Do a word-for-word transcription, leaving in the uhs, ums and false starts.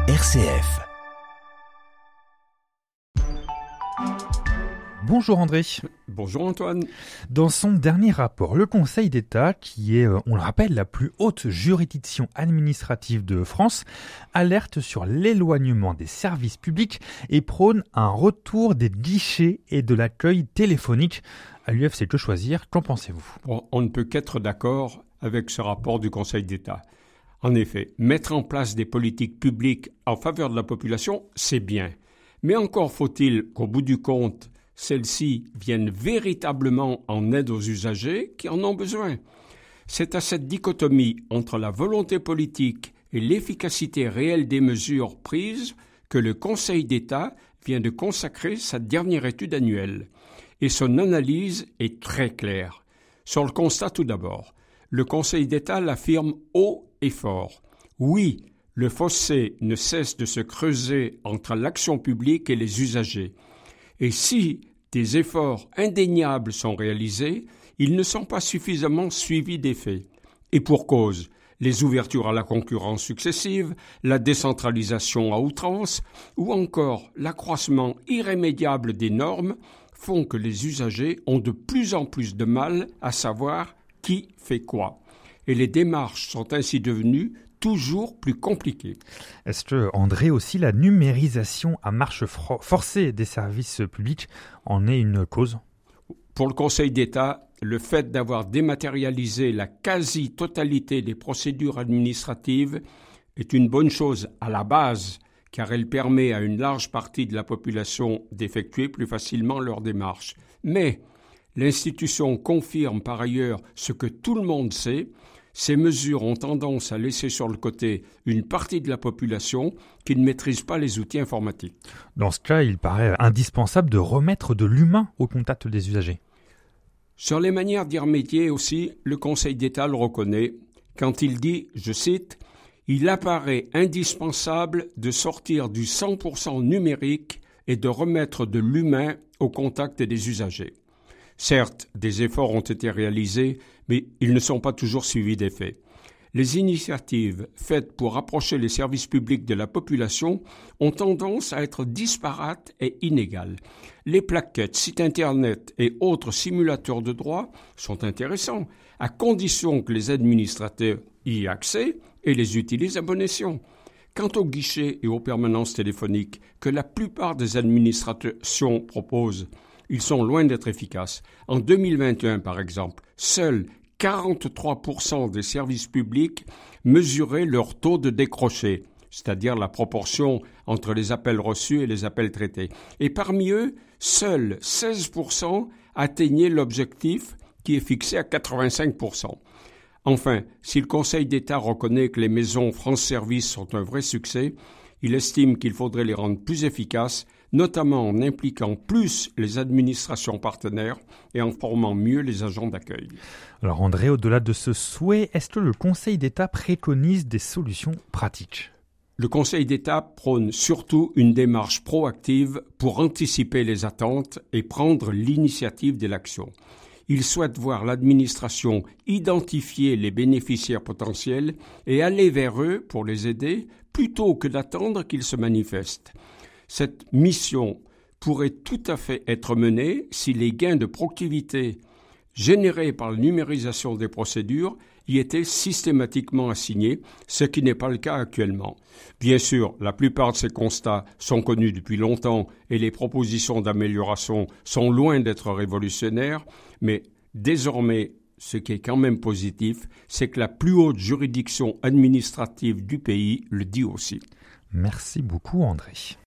R C F. Bonjour André. Bonjour Antoine. Dans son dernier rapport, le Conseil d'État, qui est, on le rappelle, la plus haute juridiction administrative de France, alerte sur l'éloignement des services publics et prône un retour des guichets et de l'accueil téléphonique. À l'U F C Que Choisir, qu'en pensez-vous ? Bon, on ne peut qu'être d'accord avec ce rapport du Conseil d'État. En effet, mettre en place des politiques publiques en faveur de la population, c'est bien. Mais encore faut-il qu'au bout du compte, celles-ci viennent véritablement en aide aux usagers qui en ont besoin. C'est à cette dichotomie entre la volonté politique et l'efficacité réelle des mesures prises que le Conseil d'État vient de consacrer sa dernière étude annuelle. Et son analyse est très claire. Sur le constat tout d'abord, le Conseil d'État l'affirme haut et fort. Oui, le fossé ne cesse de se creuser entre l'action publique et les usagers. Et si des efforts indéniables sont réalisés, ils ne sont pas suffisamment suivis d'effet. Et pour cause, les ouvertures à la concurrence successives, la décentralisation à outrance ou encore l'accroissement irrémédiable des normes font que les usagers ont de plus en plus de mal à savoir qui fait quoi. Et les démarches sont ainsi devenues toujours plus compliquées. Est-ce que, André, aussi la numérisation à marche fro- forcée des services publics en est une cause ? Pour le Conseil d'État, le fait d'avoir dématérialisé la quasi-totalité des procédures administratives est une bonne chose à la base, car elle permet à une large partie de la population d'effectuer plus facilement leurs démarches. Mais l'institution confirme par ailleurs ce que tout le monde sait. Ces mesures ont tendance à laisser sur le côté une partie de la population qui ne maîtrise pas les outils informatiques. Dans ce cas, il paraît indispensable de remettre de l'humain au contact des usagers. Sur les manières d'y remédier aussi, le Conseil d'État le reconnaît quand il dit, je cite, « Il apparaît indispensable de sortir du cent pour cent numérique et de remettre de l'humain au contact des usagers. » Certes, des efforts ont été réalisés, mais ils ne sont pas toujours suivis d'effet. Les initiatives faites pour rapprocher les services publics de la population ont tendance à être disparates et inégales. Les plaquettes, sites internet et autres simulateurs de droit sont intéressants, à condition que les administrateurs y aient accès et les utilisent à bon escient. Quant aux guichets et aux permanences téléphoniques que la plupart des administrations proposent, ils sont loin d'être efficaces. En deux mille vingt et un, par exemple, seuls quarante-trois pour cent des services publics mesuraient leur taux de décroché, c'est-à-dire la proportion entre les appels reçus et les appels traités. Et parmi eux, seuls seize pour cent atteignaient l'objectif qui est fixé à quatre-vingt-cinq pour cent. Enfin, si le Conseil d'État reconnaît que les maisons France Service sont un vrai succès, il estime qu'il faudrait les rendre plus efficaces, notamment en impliquant plus les administrations partenaires et en formant mieux les agents d'accueil. Alors André, au-delà de ce souhait, est-ce que le Conseil d'État préconise des solutions pratiques ? Le Conseil d'État prône surtout une démarche proactive pour anticiper les attentes et prendre l'initiative de l'action. Il souhaite voir l'administration identifier les bénéficiaires potentiels et aller vers eux pour les aider plutôt que d'attendre qu'ils se manifestent. Cette mission pourrait tout à fait être menée si les gains de productivité générés par la numérisation des procédures y étaient systématiquement assignés, ce qui n'est pas le cas actuellement. Bien sûr, la plupart de ces constats sont connus depuis longtemps et les propositions d'amélioration sont loin d'être révolutionnaires, mais désormais, ce qui est quand même positif, c'est que la plus haute juridiction administrative du pays le dit aussi. Merci beaucoup André.